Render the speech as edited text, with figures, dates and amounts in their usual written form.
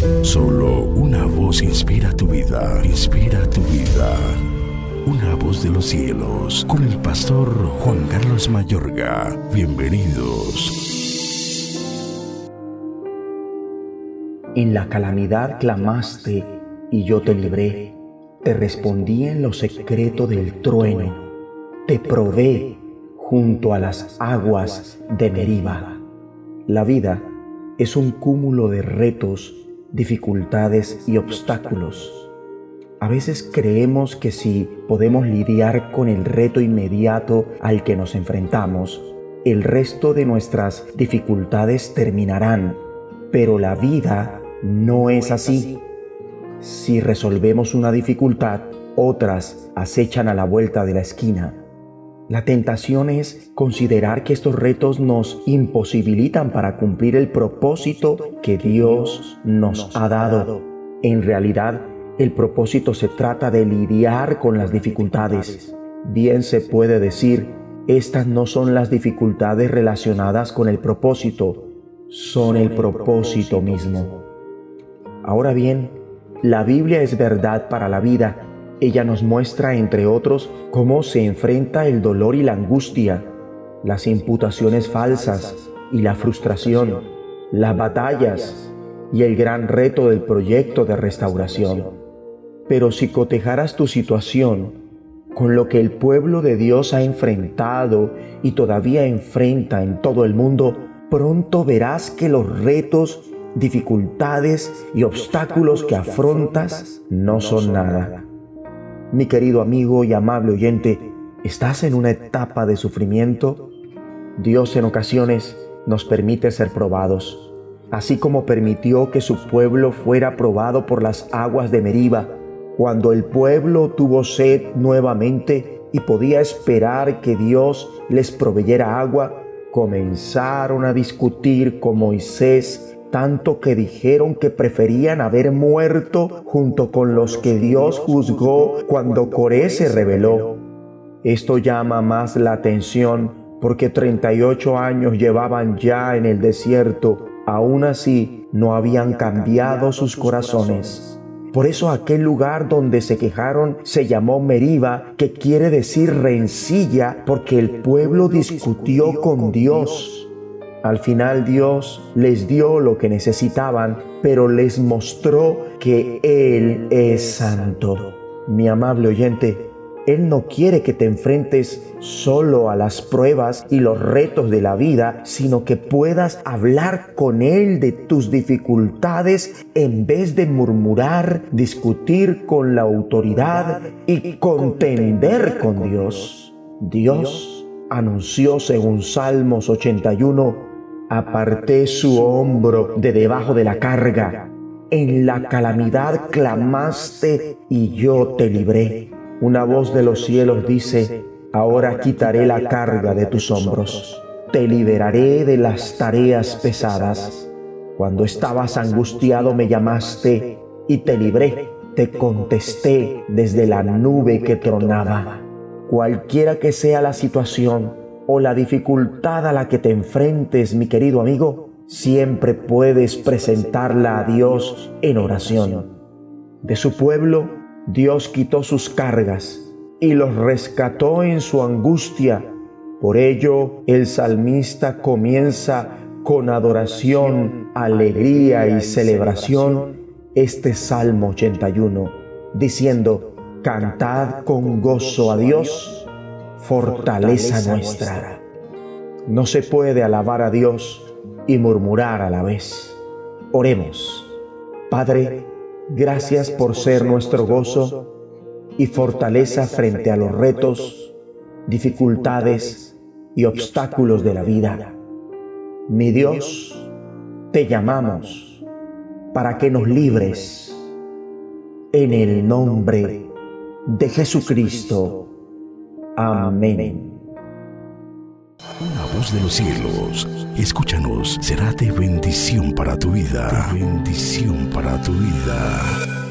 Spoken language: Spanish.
Solo una voz inspira tu vida, inspira tu vida. Una voz de los cielos, con el pastor Juan Carlos Mayorga. Bienvenidos. En la calamidad clamaste y yo te libré. Te respondí en lo secreto del trueno. Te probé junto a las aguas de Meriba. La vida es un cúmulo de retos, dificultades y obstáculos. A veces creemos que si podemos lidiar con el reto inmediato al que nos enfrentamos, el resto de nuestras dificultades terminarán, pero la vida no es así. Si resolvemos una dificultad, otras acechan a la vuelta de la esquina. La tentación es considerar que estos retos nos imposibilitan para cumplir el propósito que Dios nos ha dado. En realidad, el propósito se trata de lidiar con las dificultades. Bien se puede decir, estas no son las dificultades relacionadas con el propósito, son el propósito mismo. Ahora bien, la Biblia es verdad para la vida. Ella nos muestra, entre otros, cómo se enfrenta el dolor y la angustia, las imputaciones falsas y la frustración, las batallas y el gran reto del proyecto de restauración. Pero si cotejaras tu situación con lo que el pueblo de Dios ha enfrentado y todavía enfrenta en todo el mundo, pronto verás que los retos, dificultades y obstáculos que afrontas no son nada. Mi querido amigo y amable oyente, ¿estás en una etapa de sufrimiento? Dios en ocasiones nos permite ser probados, así como permitió que su pueblo fuera probado por las aguas de Meriba, cuando el pueblo tuvo sed nuevamente y podía esperar que Dios les proveyera agua. Comenzaron a discutir con Moisés, tanto que dijeron que preferían haber muerto junto con los que Dios juzgó cuando Coré se rebeló. Esto llama más la atención porque 38 años llevaban ya en el desierto. Aún así, no habían cambiado sus corazones. Por eso aquel lugar donde se quejaron se llamó Meriba, que quiere decir rencilla, porque el pueblo discutió con Dios. Al final Dios les dio lo que necesitaban, pero les mostró que Él es santo. Mi amable oyente, Él no quiere que te enfrentes solo a las pruebas y los retos de la vida, sino que puedas hablar con Él de tus dificultades en vez de murmurar, discutir con la autoridad y contender con Dios. Dios anunció según Salmos 81, aparté su hombro de debajo de la carga. En la calamidad clamaste y yo te libré. Una voz de los cielos dice, ahora quitaré la carga de tus hombros. Te liberaré de las tareas pesadas. Cuando estabas angustiado me llamaste y te libré. Te contesté desde la nube que tronaba. Cualquiera que sea la situación o la dificultad a la que te enfrentes, mi querido amigo, siempre puedes presentarla a Dios en oración. De su pueblo, Dios quitó sus cargas y los rescató en su angustia. Por ello, el salmista comienza con adoración, alegría y celebración este Salmo 81, diciendo, cantad con gozo a Dios, fortaleza nuestra. No se puede alabar a Dios y murmurar a la vez. Oremos. Padre, gracias por ser nuestro gozo y fortaleza frente a los retos, dificultades y obstáculos de la vida. Mi Dios, te llamamos para que nos libres. En el nombre de Jesucristo. Amén. Una voz de los cielos, escúchanos, será de bendición para tu vida. De bendición para tu vida.